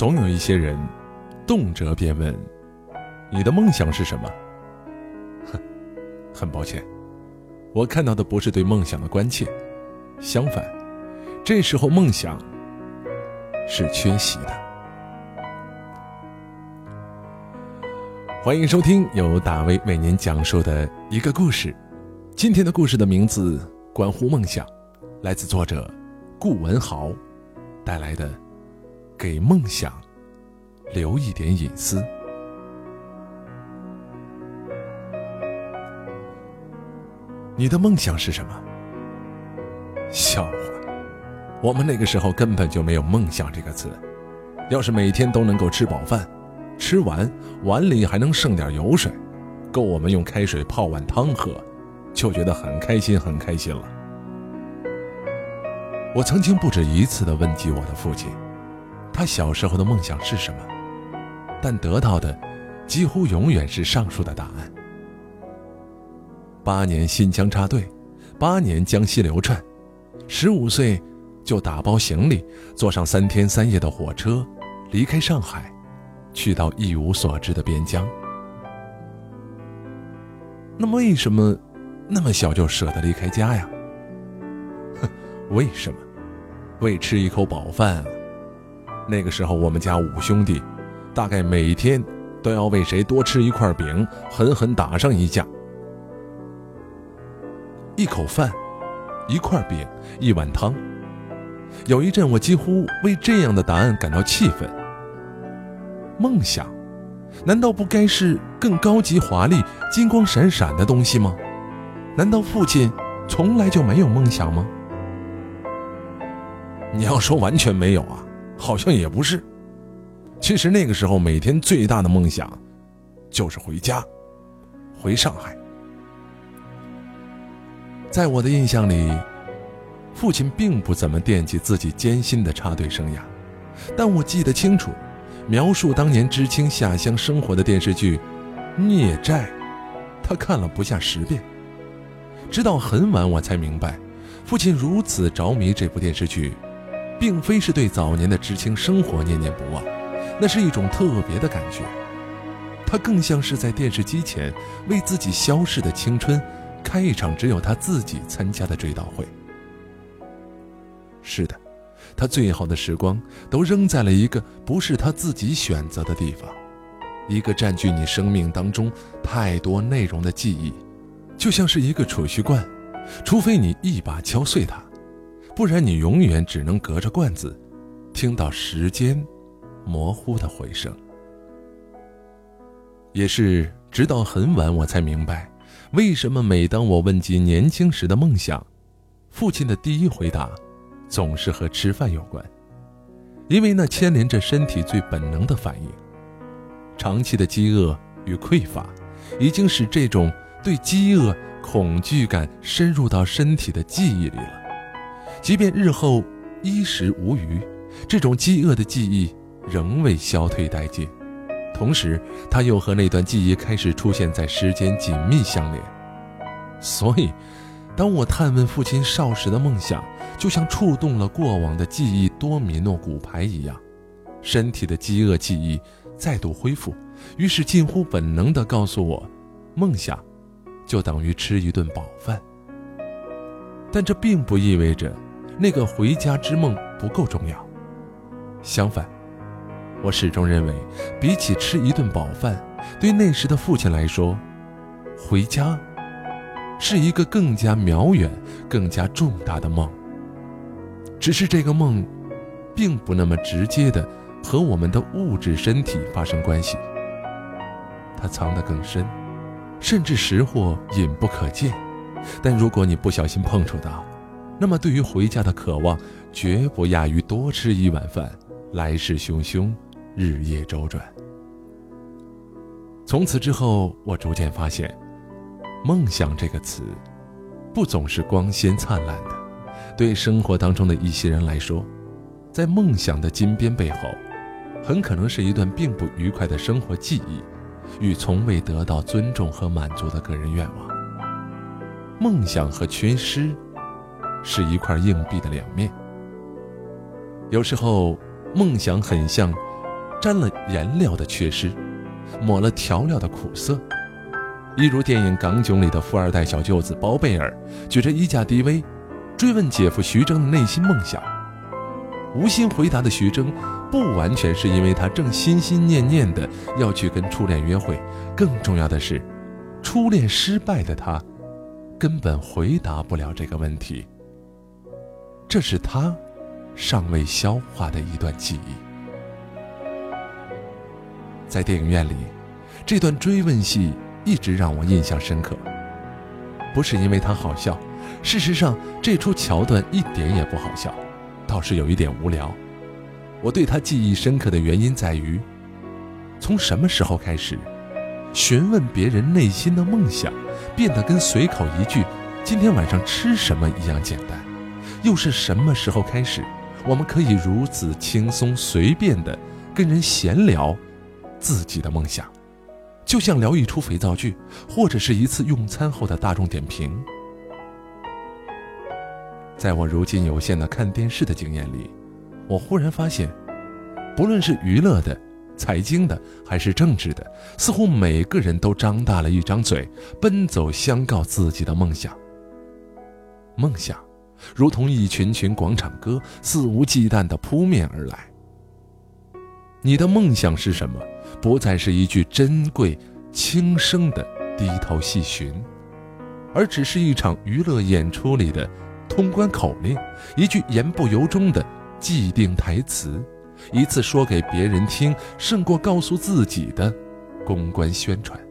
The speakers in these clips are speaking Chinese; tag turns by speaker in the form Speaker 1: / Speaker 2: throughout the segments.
Speaker 1: 总有一些人动辄便问，你的梦想是什么？很抱歉，我看到的不是对梦想的关切，相反，这时候梦想是缺席的。欢迎收听由大卫为您讲述的一个故事。今天的故事的名字关乎梦想，来自作者顾文豪带来的给梦想留一点隐私。你的梦想是什么？笑话，我们那个时候根本就没有梦想这个词。要是每天都能够吃饱饭，吃完碗里还能剩点油水，够我们用开水泡碗汤喝，就觉得很开心很开心了。我曾经不止一次地问及我的父亲，他小时候的梦想是什么，但得到的几乎永远是上述的答案。8年新疆插队，8年江西流窜，15岁就打包行李，坐上3天3夜的火车，离开上海，去到一无所知的边疆。那么为什么那么小就舍得离开家呀？为什么？为吃一口饱饭啊。那个时候我们家5兄弟，大概每天都要为谁多吃一块饼狠狠打上一架。一口饭，一块饼，一碗汤。有一阵我几乎为这样的答案感到气愤。梦想难道不该是更高级华丽金光闪闪的东西吗？难道父亲从来就没有梦想吗？你要说完全没有啊，好像也不是。其实那个时候每天最大的梦想就是回家，回上海。在我的印象里，父亲并不怎么惦记自己艰辛的插队生涯，但我记得清楚，描述当年知青下乡生活的电视剧《孽债》，他看了不下10遍。直到很晚我才明白，父亲如此着迷这部电视剧，并非是对早年的知青生活念念不忘，那是一种特别的感觉。他更像是在电视机前为自己消逝的青春开一场只有他自己参加的追悼会。是的，他最好的时光都扔在了一个不是他自己选择的地方，一个占据你生命当中太多内容的记忆，就像是一个储蓄罐，除非你一把敲碎它，不然你永远只能隔着罐子听到时间模糊的回声。也是直到很晚我才明白，为什么每当我问及年轻时的梦想，父亲的第一回答总是和吃饭有关，因为那牵连着身体最本能的反应。长期的饥饿与匮乏已经使这种对饥饿恐惧感深入到身体的记忆里了，即便日后衣食无余，这种饥饿的记忆仍未消退殆尽，同时它又和那段记忆开始出现在时间紧密相连。所以当我探问父亲少时的梦想，就像触动了过往的记忆多米诺骨牌一样，身体的饥饿记忆再度恢复，于是近乎本能地告诉我，梦想就等于吃一顿饱饭。但这并不意味着那个回家之梦不够重要，相反，我始终认为，比起吃一顿饱饭，对那时的父亲来说，回家是一个更加渺远、更加重大的梦。只是这个梦并不那么直接地和我们的物质身体发生关系，它藏得更深，甚至识货隐不可见。但如果你不小心碰触到，那么对于回家的渴望绝不亚于多吃一碗饭，来势汹汹，日夜周转。从此之后，我逐渐发现，梦想这个词不总是光鲜灿烂的。对生活当中的一些人来说，在梦想的金边背后，很可能是一段并不愉快的生活记忆与从未得到尊重和满足的个人愿望。梦想和缺失是一块硬币的两面。有时候梦想很像沾了颜料的缺失，抹了调料的苦涩。一如电影《港囧》里的富二代小舅子包贝尔举着一架 DV 追问姐夫徐峥的内心梦想。无心回答的徐峥不完全是因为他正心心念念的要去跟初恋约会，更重要的是初恋失败的他根本回答不了这个问题。这是他尚未消化的一段记忆。在电影院里，这段追问戏一直让我印象深刻，不是因为它好笑，事实上这出桥段一点也不好笑，倒是有一点无聊。我对它记忆深刻的原因在于，从什么时候开始，询问别人内心的梦想变得跟随口一句今天晚上吃什么一样简单，又是什么时候开始，我们可以如此轻松随便地跟人闲聊自己的梦想，就像聊一出肥皂剧，或者是一次用餐后的大众点评。在我如今有限的看电视的经验里，我忽然发现，不论是娱乐的、财经的还是政治的，似乎每个人都张大了一张嘴，奔走相告自己的梦想。梦想如同一群群广场歌，肆无忌惮地扑面而来。你的梦想是什么？不再是一句珍贵轻声的低头细寻，而只是一场娱乐演出里的通关口令，一句言不由衷的既定台词，一次说给别人听胜过告诉自己的公关宣传。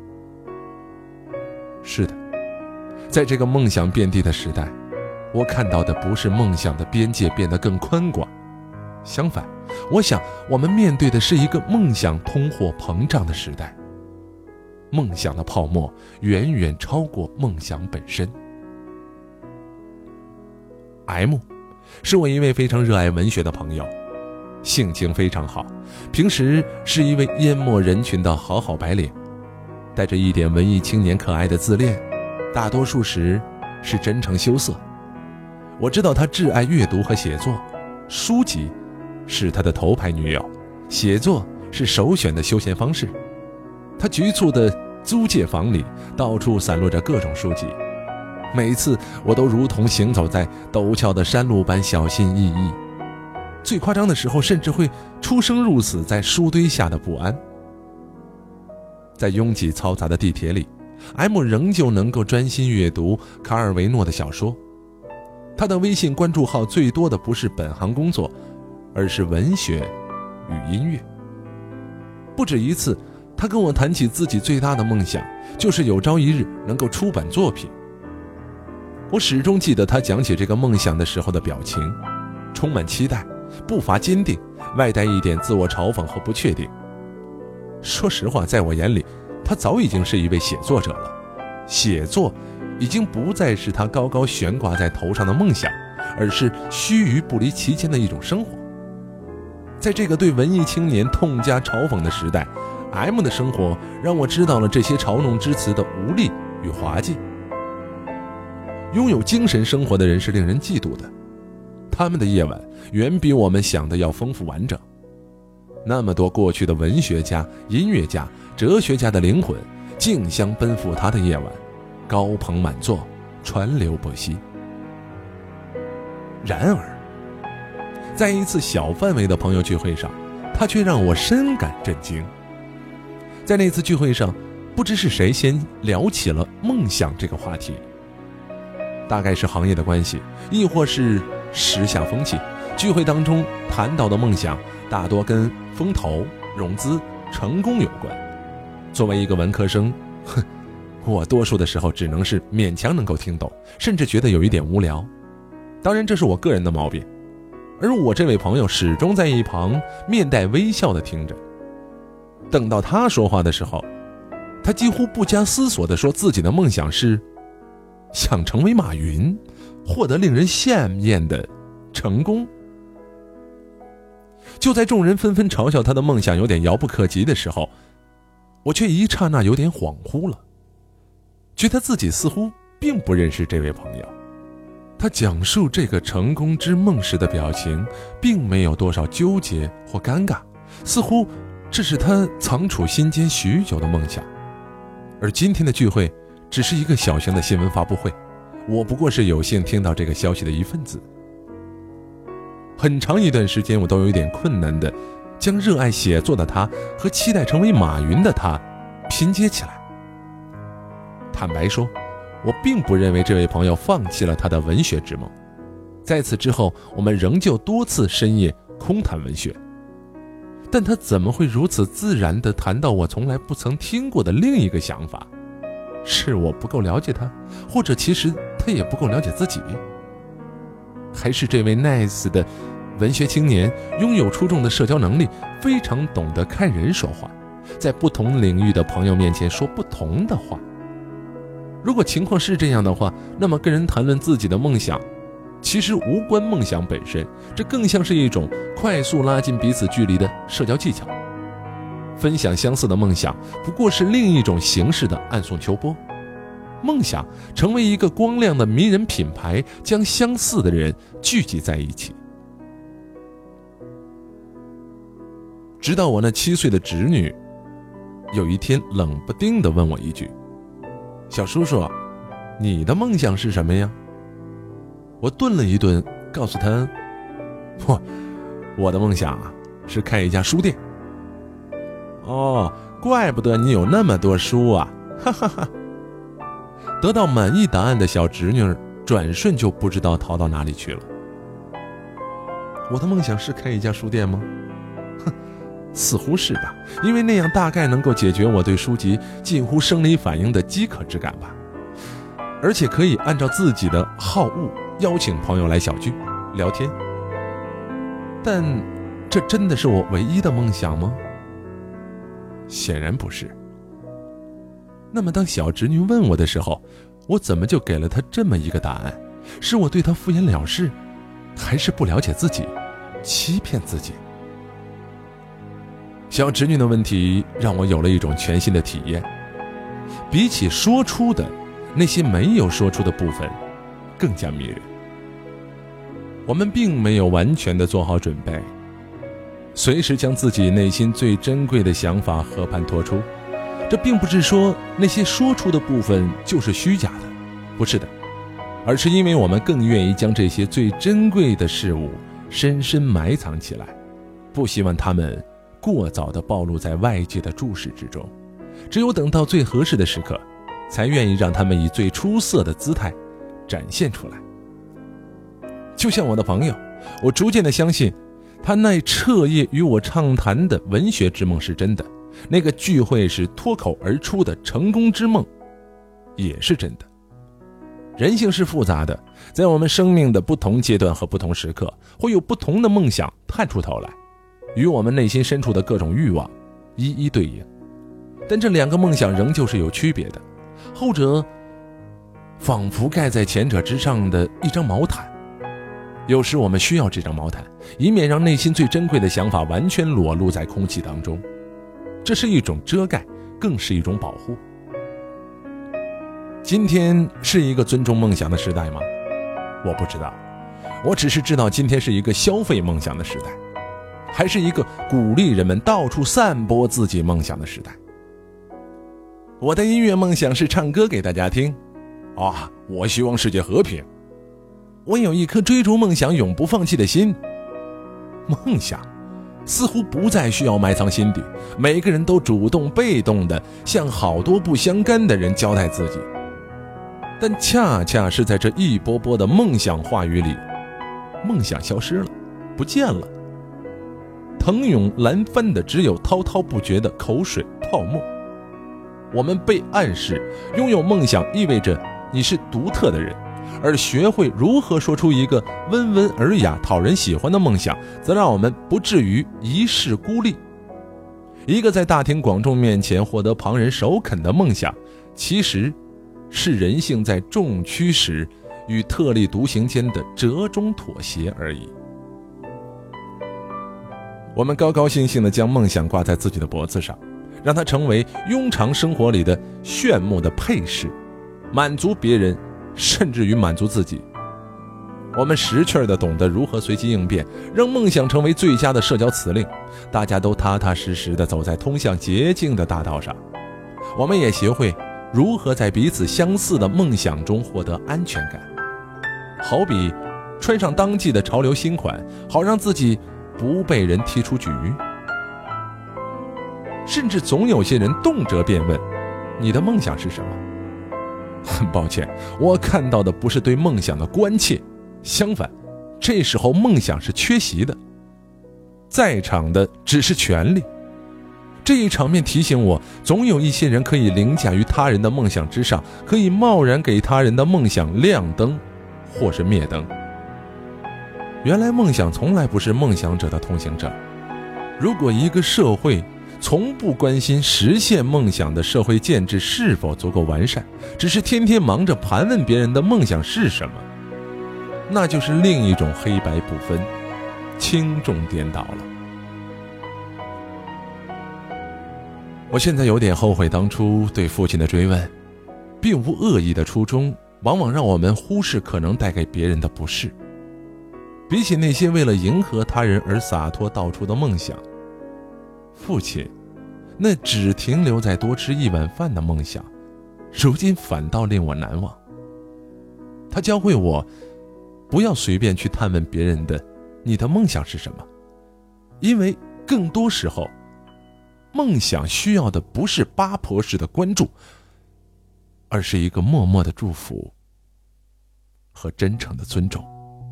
Speaker 1: 是的，在这个梦想遍地的时代，我看到的不是梦想的边界变得更宽广，相反，我想我们面对的是一个梦想通货膨胀的时代。梦想的泡沫远远超过梦想本身。M 是我一位非常热爱文学的朋友，性情非常好，平时是一位淹没人群的好白领，带着一点文艺青年可爱的自恋，大多数时是真诚羞涩。我知道他挚爱阅读和写作，书籍是他的头牌女友，写作是首选的休闲方式。他局促的租界房里到处散落着各种书籍，每次我都如同行走在陡峭的山路般小心翼翼，最夸张的时候甚至会出生入死在书堆下的不安。在拥挤嘈杂的地铁里， M 仍旧能够专心阅读卡尔维诺的小说。他的微信关注号最多的不是本行工作，而是文学与音乐。不止一次，他跟我谈起自己最大的梦想，就是有朝一日能够出版作品。我始终记得他讲起这个梦想的时候的表情，充满期待，步伐坚定，外带一点自我嘲讽和不确定。说实话，在我眼里，他早已经是一位写作者了。写作已经不再是他高高悬挂在头上的梦想，而是须臾不离其间的一种生活。在这个对文艺青年痛加嘲讽的时代， M 的生活让我知道了这些嘲弄之词的无力与滑稽。拥有精神生活的人是令人嫉妒的，他们的夜晚远比我们想的要丰富完整。那么多过去的文学家、音乐家、哲学家的灵魂竞相奔赴他的夜晚，高朋满座，川流不息。然而，在一次小范围的朋友聚会上，他却让我深感震惊。在那次聚会上，不知是谁先聊起了梦想这个话题，大概是行业的关系，亦或是时下风气，聚会当中谈到的梦想大多跟风投、融资、成功有关。作为一个文科生，我多数的时候只能是勉强能够听懂，甚至觉得有一点无聊。当然这是我个人的毛病，而我这位朋友始终在一旁面带微笑地听着。等到他说话的时候，他几乎不加思索地说自己的梦想是想成为马云，获得令人羡艳的成功。就在众人纷纷嘲笑他的梦想有点遥不可及的时候，我却一刹那有点恍惚了，觉得自己似乎并不认识这位朋友。他讲述这个成功之梦时的表情并没有多少纠结或尴尬， 似乎这是他藏储心间许久的梦想。而今天的聚会只是一个小型的新闻发布会，我不过是有幸听到这个消息的一份子。很长一段时间我都有一点困难的将热爱写作的他和期待成为马云的他拼接起来。坦白说，我并不认为这位朋友放弃了他的文学之梦。在此之后，我们仍旧多次深夜空谈文学，但他怎么会如此自然地谈到我从来不曾听过的另一个想法？是我不够了解他，或者其实他也不够了解自己？还是这位 nice 的文学青年拥有出众的社交能力，非常懂得看人说话，在不同领域的朋友面前说不同的话？如果情况是这样的话，那么跟人谈论自己的梦想其实无关梦想本身，这更像是一种快速拉近彼此距离的社交技巧。分享相似的梦想不过是另一种形式的暗送秋波。梦想成为一个光亮的迷人品牌，将相似的人聚集在一起。直到我那7岁的侄女有一天冷不丁地问我一句：小叔叔，你的梦想是什么呀？我顿了一顿，告诉他：我的梦想啊，是开一家书店。哦，怪不得你有那么多书啊，哈哈哈。得到满意答案的小侄女转瞬就不知道逃到哪里去了。我的梦想是开一家书店吗？似乎是吧，因为那样大概能够解决我对书籍近乎生理反应的饥渴之感吧，而且可以按照自己的好恶邀请朋友来小聚聊天。但这真的是我唯一的梦想吗？显然不是。那么当小侄女问我的时候，我怎么就给了她这么一个答案？是我对她敷衍了事，还是不了解自己，欺骗自己？小侄女的问题让我有了一种全新的体验，比起说出的那些没有说出的部分更加迷人。我们并没有完全的做好准备，随时将自己内心最珍贵的想法和盘托出。这并不是说那些说出的部分就是虚假的，不是的，而是因为我们更愿意将这些最珍贵的事物深深埋藏起来，不希望它们过早地暴露在外界的注视之中，只有等到最合适的时刻，才愿意让它们以最出色的姿态展现出来。就像我的朋友，我逐渐地相信他那彻夜与我畅谈的文学之梦是真的，那个聚会时脱口而出的成功之梦也是真的。人性是复杂的，在我们生命的不同阶段和不同时刻，会有不同的梦想探出头来，与我们内心深处的各种欲望一一对应。但这两个梦想仍旧是有区别的，后者仿佛盖在前者之上的一张毛毯。有时我们需要这张毛毯，以免让内心最珍贵的想法完全裸露在空气当中。这是一种遮盖，更是一种保护。今天是一个尊重梦想的时代吗？我不知道，我只是知道今天是一个消费梦想的时代，还是一个鼓励人们到处散播自己梦想的时代。我的音乐梦想是唱歌给大家听，我希望世界和平。我有一颗追逐梦想永不放弃的心。梦想似乎不再需要埋藏心底，每个人都主动被动地向好多不相干的人交代自己。但恰恰是在这一波波的梦想话语里，梦想消失了，不见了，腾涌蓝帆的只有滔滔不绝的口水泡沫。我们被暗示拥有梦想意味着你是独特的人，而学会如何说出一个温文尔雅讨人喜欢的梦想，则让我们不至于一世孤立。一个在大庭广众面前获得旁人首肯的梦想，其实是人性在众驱时与特立独行间的折中妥协而已。我们高高兴兴地将梦想挂在自己的脖子上，让它成为庸常生活里的炫目的配饰，满足别人，甚至于满足自己。 我们识趣地懂得如何随机应变，让梦想成为最佳的社交辞令。大家都踏踏实实地走在通向捷径的大道上。我们也学会如何在彼此相似的梦想中获得安全感。好比穿上当季的潮流新款，好让自己不被人踢出局。甚至总有些人动辄便问，你的梦想是什么？很抱歉，我看到的不是对梦想的关切，相反，这时候梦想是缺席的，在场的只是权力。这一场面提醒我，总有一些人可以凌驾于他人的梦想之上，可以贸然给他人的梦想亮灯或是灭灯。原来梦想从来不是梦想者的通行证。如果一个社会从不关心实现梦想的社会建制是否足够完善，只是天天忙着盘问别人的梦想是什么，那就是另一种黑白不分，轻重颠倒了。我现在有点后悔当初对父亲的追问，并无恶意的初衷，往往让我们忽视可能带给别人的不适。比起那些为了迎合他人而洒脱道出的梦想，父亲那只停留在多吃一碗饭的梦想，如今反倒令我难忘。他教会我不要随便去探问别人的你的梦想是什么，因为更多时候梦想需要的不是八婆式的关注，而是一个默默的祝福和真诚的尊重。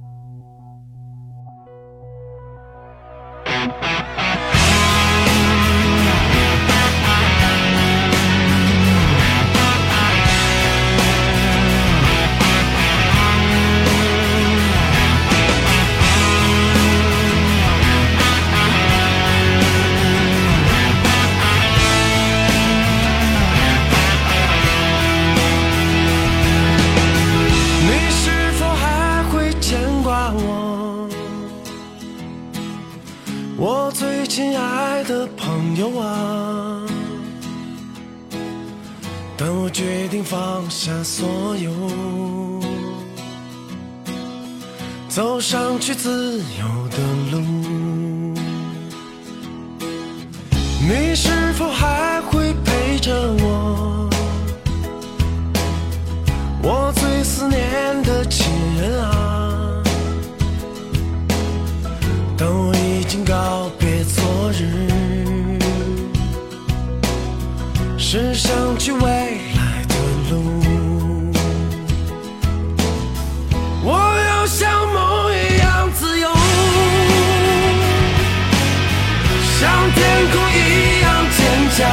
Speaker 2: 我最亲爱的朋友啊，当我决定放下所有，走上去自由的路，你是否还会陪着我？我最思念的亲人啊，当我已经告别昨日，是想去未来的路。我要像梦一样自由，像天空一样坚强，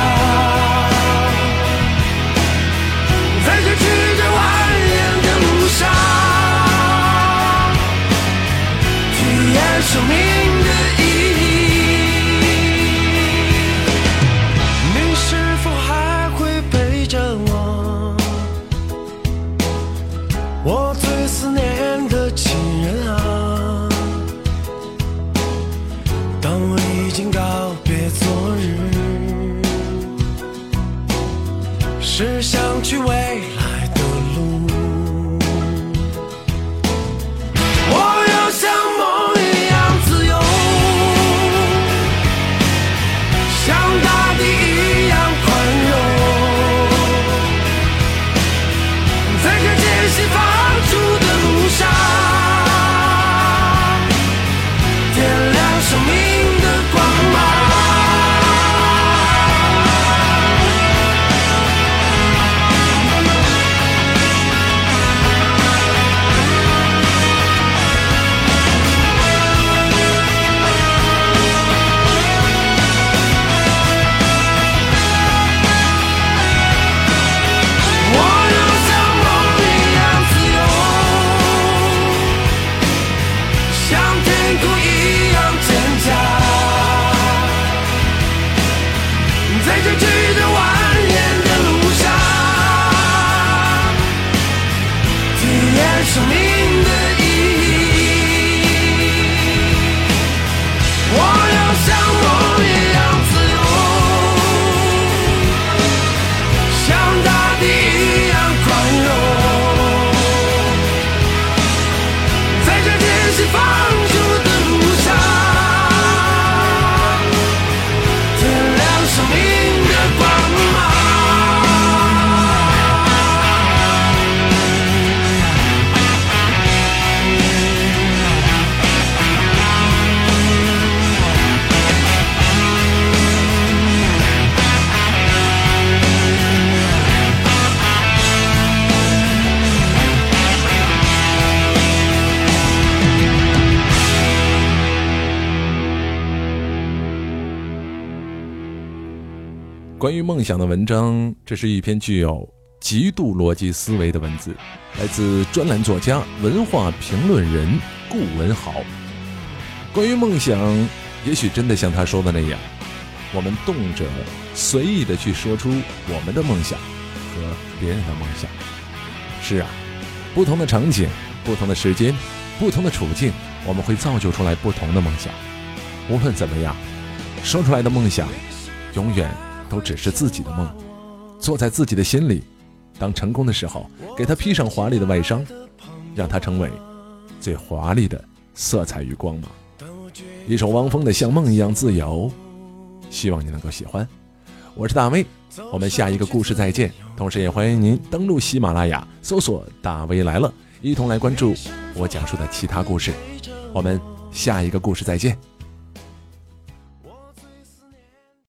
Speaker 2: 在这曲折蜿蜒的路上，体验生命的意义。你是否还会陪着我？我最思念的亲人啊，当我已经告别昨日，是想去未来的路。我要像梦一样自由，像大地一样宽容，在这艰辛放逐的路上，点亮生命的光芒。
Speaker 1: 关于梦想的文章，这是一篇具有极度逻辑思维的文字，来自专栏作家、文化评论人顾文豪。关于梦想，也许真的像他说的那样，我们动辄随意的去说出我们的梦想和别人的梦想。是啊，不同的场景、不同的时间、不同的处境，我们会造就出来不同的梦想。无论怎么样，说出来的梦想永远都只是自己的梦，坐在自己的心里，当成功的时候，给它披上华丽的外裳，让它成为最华丽的色彩与光芒。一首汪峰的《像梦一样自由》，希望你能够喜欢。我是大威，我们下一个故事再见。同时也欢迎您登录喜马拉雅，搜索大威来了，一同来关注我讲述的其他故事。我们下一个故事再见。